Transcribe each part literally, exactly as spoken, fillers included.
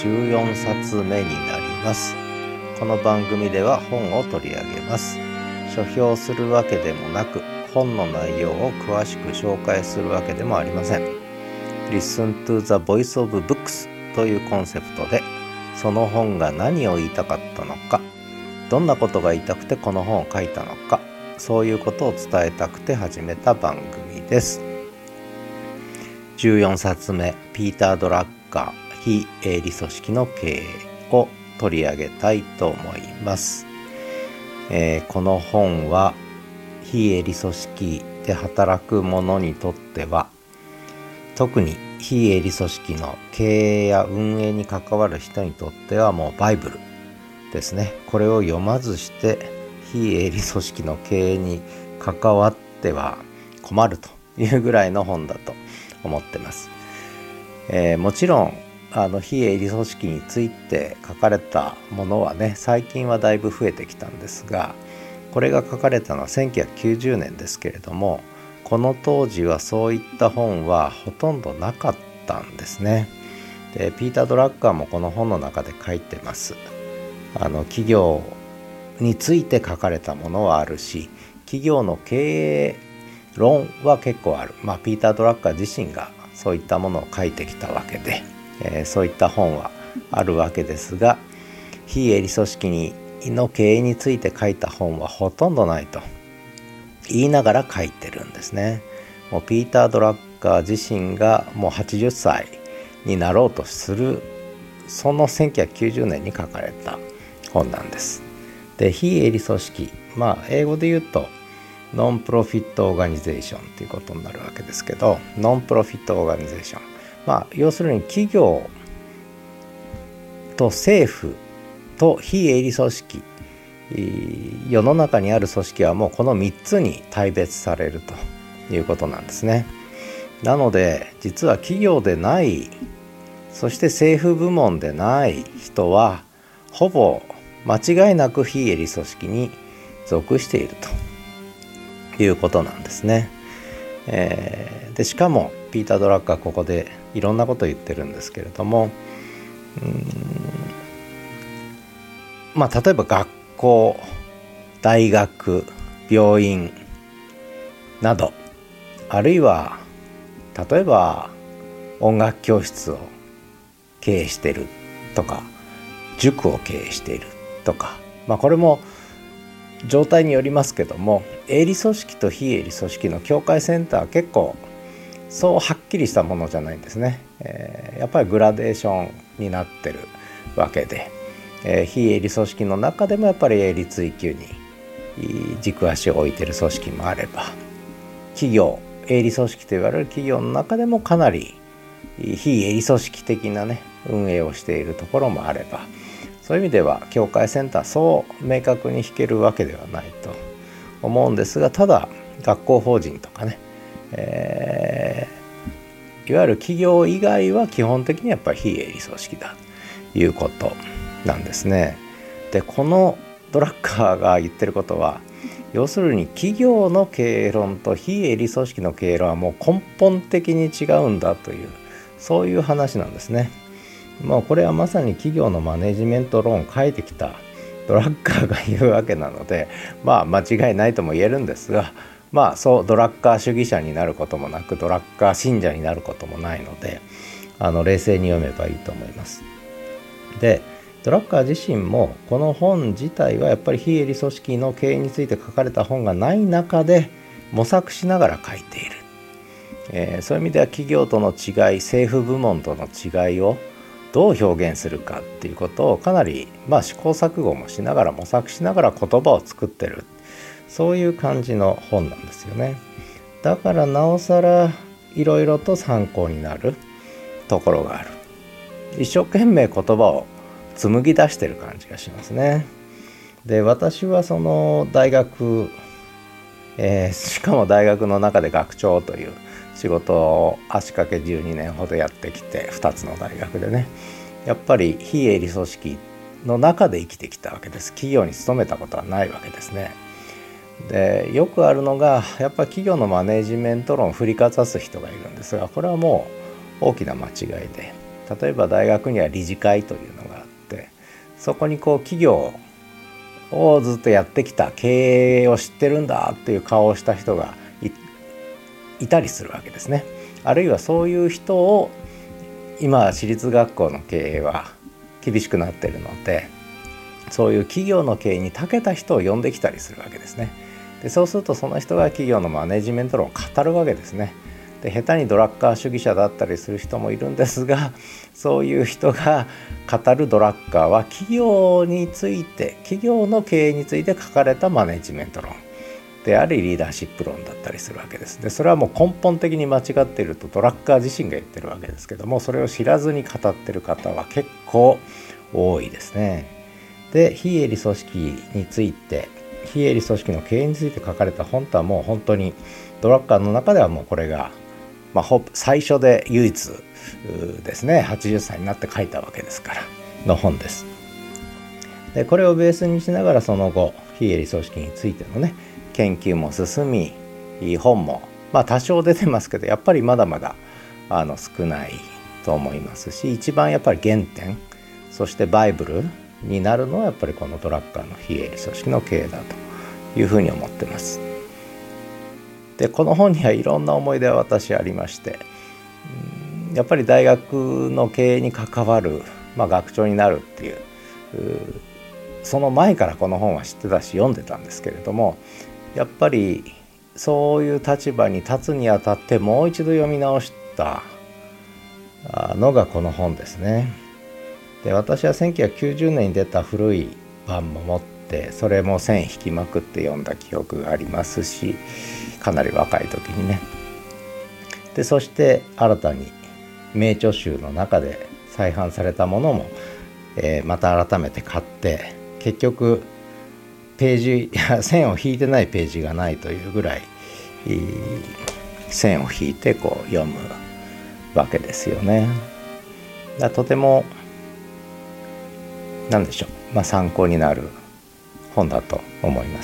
じゅうよんさつめになります。この番組では本を取り上げます。書評するわけでもなく、本の内容を詳しく紹介するわけでもありません。Listen to the voice of books というコンセプトで、その本が何を言いたかったのか、どんなことが言いたくてこの本を書いたのか、そういうことを伝えたくて始めた番組です。じゅうよんさつめ、ピーター・ドラッカー、非営利組織の経営を取り上げたいと思います。えー、この本は非営利組織で働く者にとっては、特に非営利組織の経営や運営に関わる人にとってはもうバイブルですね。これを読まずして非営利組織の経営に関わっては困るというぐらいの本だと思ってます。えー、もちろんあの非営利組織について書かれたものはね、最近はだいぶ増えてきたんですが、これが書かれたのはせんきゅうひゃくきゅうじゅうねんですけれども、この当時はそういった本はほとんどなかったんですね。で、ピーター・ドラッカーもこの本の中で書いてます。あの企業について書かれたものはあるし、企業の経営論は結構ある。まあピーター・ドラッカー自身がそういったものを書いてきたわけで、えー、そういった本はあるわけですが、非営利組織にの経営について書いた本はほとんどないと言いながら書いてるんですね。もうピーター・ドラッカー自身がもうはちじゅっさいになろうとする、そのせんきゅうひゃくきゅうじゅうねんに書かれた本なんです。で、非営利組織、まあ英語で言うとノンプロフィットオーガニゼーションということになるわけですけど、ノンプロフィットオーガニゼーション、まあ要するに企業と政府と非営利組織、世の中にある組織はもうこのみっつに大別されるということなんですね。なので実は企業でない、そして政府部門でない人はほぼ間違いなく非営利組織に属しているということなんですね。えー、でしかもピーター・ドラッカーここでいろんなことを言ってるんですけれども、うーんまあ例えば学校、大学、病院など、あるいは例えば音楽教室を経営しているとか、塾を経営しているとか、まあこれも状態によりますけども、営利組織と非営利組織の境界センターは結構そうはっきりしたものじゃないんですね。えー、やっぱりグラデーションになってるわけで、えー、非営利組織の中でもやっぱり営利追求に軸足を置いている組織もあれば、企業、営利組織と言われる企業の中でもかなり非営利組織的なね運営をしているところもあれば、そういう意味では境界センターそう明確に引けるわけではないと思うんですが、ただ学校法人とかね、えー、いわゆる企業以外は基本的にやっぱり非営利組織だということなんですね。で、このドラッカーが言ってることは、要するに企業の経営論と非営利組織の経営論はもう根本的に違うんだという、そういう話なんですね。もうこれはまさに企業のマネジメント論を書いてきたドラッカーが言うわけなので、まあ間違いないとも言えるんですが、まあそうドラッカー主義者になることもなく、ドラッカー信者になることもないので、あの冷静に読めばいいと思います。で、ドラッカー自身もこの本自体はやっぱり非営利組織の経営について書かれた本がない中で模索しながら書いている。えー、そういう意味では企業との違い、政府部門との違いをどう表現するかっていうことをかなり、まあ、試行錯誤もしながら模索しながら言葉を作ってる、そういう感じの本なんですよね。だからなおさらいろいろと参考になるところがある。一生懸命言葉を紡ぎ出してる感じがしますね。で、私はその大学、えー、しかも大学の中で学長という仕事を足掛けじゅうにねんほどやってきて、ふたつの大学でね、やっぱり非営利組織の中で生きてきたわけです。企業に勤めたことはないわけですね。で、よくあるのがやっぱり企業のマネジメント論を振りかざす人がいるんですが、これはもう大きな間違いで、 例えば大学には理事会というのがあって、そこにこう企業をずっとやってきた、経営を知ってるんだっていう顔をした人が い, いたりするわけですね。あるいはそういう人を、今私立学校の経営は厳しくなっているので、そういう企業の経営に長けた人を呼んできたりするわけですね。でそうするとその人が企業のマネジメント論を語るわけですね。で下手にドラッカー主義者だったりする人もいるんですが、そういう人が語るドラッカーは企業について、企業の経営について書かれたマネジメント論であり、リーダーシップ論だったりするわけです。でそれはもう根本的に間違っているとドラッカー自身が言ってるわけですけども、それを知らずに語ってる方は結構多いですね。で非営利組織について、非営利組織の経営について書かれた本とはもう本当にドラッカーの中ではもうこれが、まあ、最初で唯一ですね。はちじゅっさいになって書いたわけですからの本です。でこれをベースにしながら、その後非営利組織についてのね研究も進み、本もまあ多少出てますけど、やっぱりまだまだあの少ないと思いますし、一番やっぱり原点、そしてバイブルになるのはやっぱりこのドラッカーの非営利組織の経営だというふうに思ってます。でこの本にはいろんな思い出は私ありまして、やっぱり大学の経営に関わる、まあ、学長になるっていう、その前からこの本は知ってたし読んでたんですけれども、やっぱりそういう立場に立つにあたってもう一度読み直したのがこの本ですね。で私はせんきゅうひゃくきゅうじゅうねんに出た古い版も持って、それも線引きまくって読んだ記憶がありますし、かなり若い時にね。でそして新たに名著集の中で再版されたものも、えー、また改めて買って、結局ページ線を引いてないページがないというぐらい、線を引いてこう読むわけですよね。だとても何でしょう、まあ、参考になる本だと思います。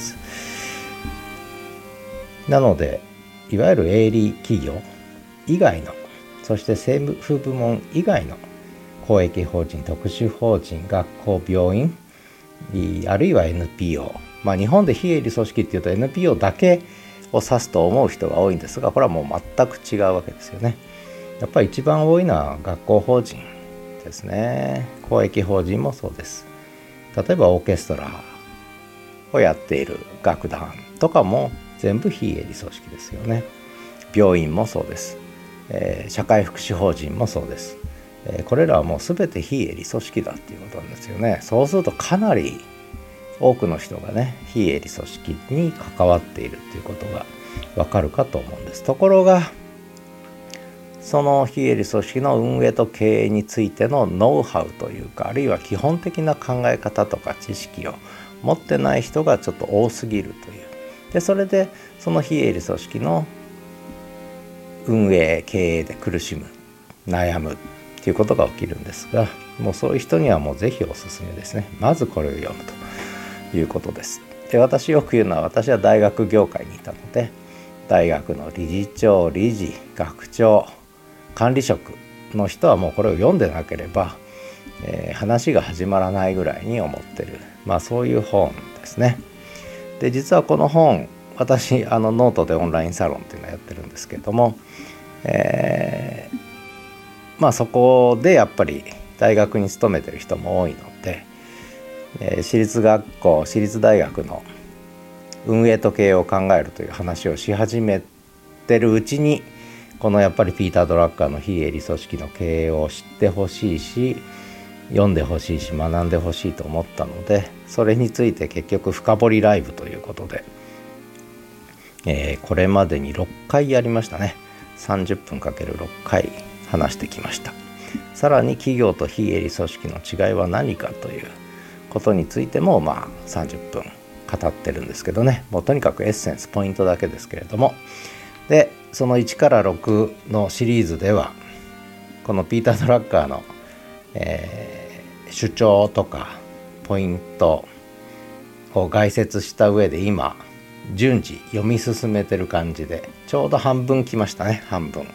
なのでいわゆる営利企業以外の、そして政府部門以外の公益法人、特殊法人、学校、病院、あるいは エヌピーオー、まあ、日本で非営利組織っていうと エヌピーオー だけを指すと思う人が多いんですが、これはもう全く違うわけですよね。やっぱり一番多いのは学校法人ですね。公益法人もそうです。例えばオーケストラをやっている楽団とかも全部非営利組織ですよね。病院もそうです、えー、社会福祉法人もそうです、えー、これらはもう全て非営利組織だっていうことなんですよね。そうするとかなり多くの人がね非営利組織に関わっているっていうことがわかるかと思うんです。ところがその非営利組織の運営と経営についてのノウハウというか、あるいは基本的な考え方とか知識を持ってない人がちょっと多すぎるという。でそれでその非営利組織の運営経営で苦しむ、悩むっていうことが起きるんですが、もうそういう人にはもうぜひおすすめですね。まずこれを読むということです。で私よく言うのは、私は大学業界にいたので、大学の理事長、理事、学長、管理職の人はもうこれを読んでなければ、えー、話が始まらないぐらいに思ってる、まあそういう本ですね。で実はこの本、私あのノートでオンラインサロンっていうのをやってるんですけれども、えー、まあそこでやっぱり大学に勤めてる人も多いので、えー、私立学校、私立大学の運営と経営を考えるという話をし始めてるうちに、このやっぱりピーター・ドラッカーの非営利組織の経営を知ってほしいし、読んでほしいし、学んでほしいと思ったので、それについて結局深掘りライブということで、えー、これまでにろっかいやりましたね。さんじゅっぷんかけるろっかい話してきました。さらに企業と非営利組織の違いは何かということについてもまあさんじゅっぷん語ってるんですけどね。もうとにかくエッセンス、ポイントだけですけれども、でそのいちからろくのシリーズでは、このピーター・ドラッカーの、えー、主張とかポイントを概説した上で、今順次読み進めてる感じで、ちょうど半分来ましたね。半分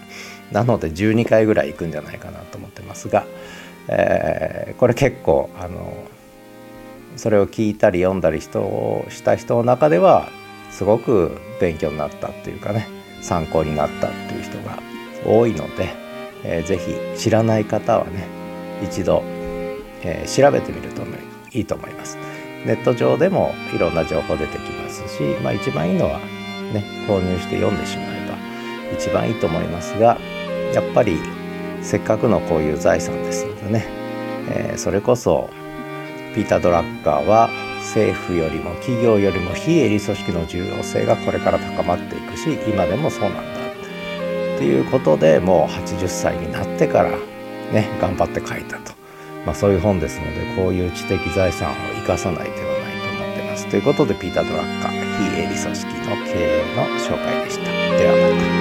なのでじゅうにかいぐらい行くんじゃないかなと思ってますが、えー、これ結構あのそれを聞いたり読んだり人をした人の中ではすごく勉強になったっていうかね、参考になったっていう人が多いので、えー、ぜひ知らない方はね一度、えー、調べてみるといいと思います。ネット上でもいろんな情報出てきますし、まあ、一番いいのはね購入して読んでしまえば一番いいと思いますが、やっぱりせっかくのこういう財産ですのでね、えー、それこそピーター・ドラッカーは政府よりも企業よりも非営利組織の重要性がこれから高まっていくし、今でもそうなんだっていうことで、もうはちじゅっさいになってからね頑張って書いたと、まあ、そういう本ですので、こういう知的財産を生かさない手はないと思ってます。ということでピーター・ドラッカー非営利組織の経営の紹介でした。ではまた。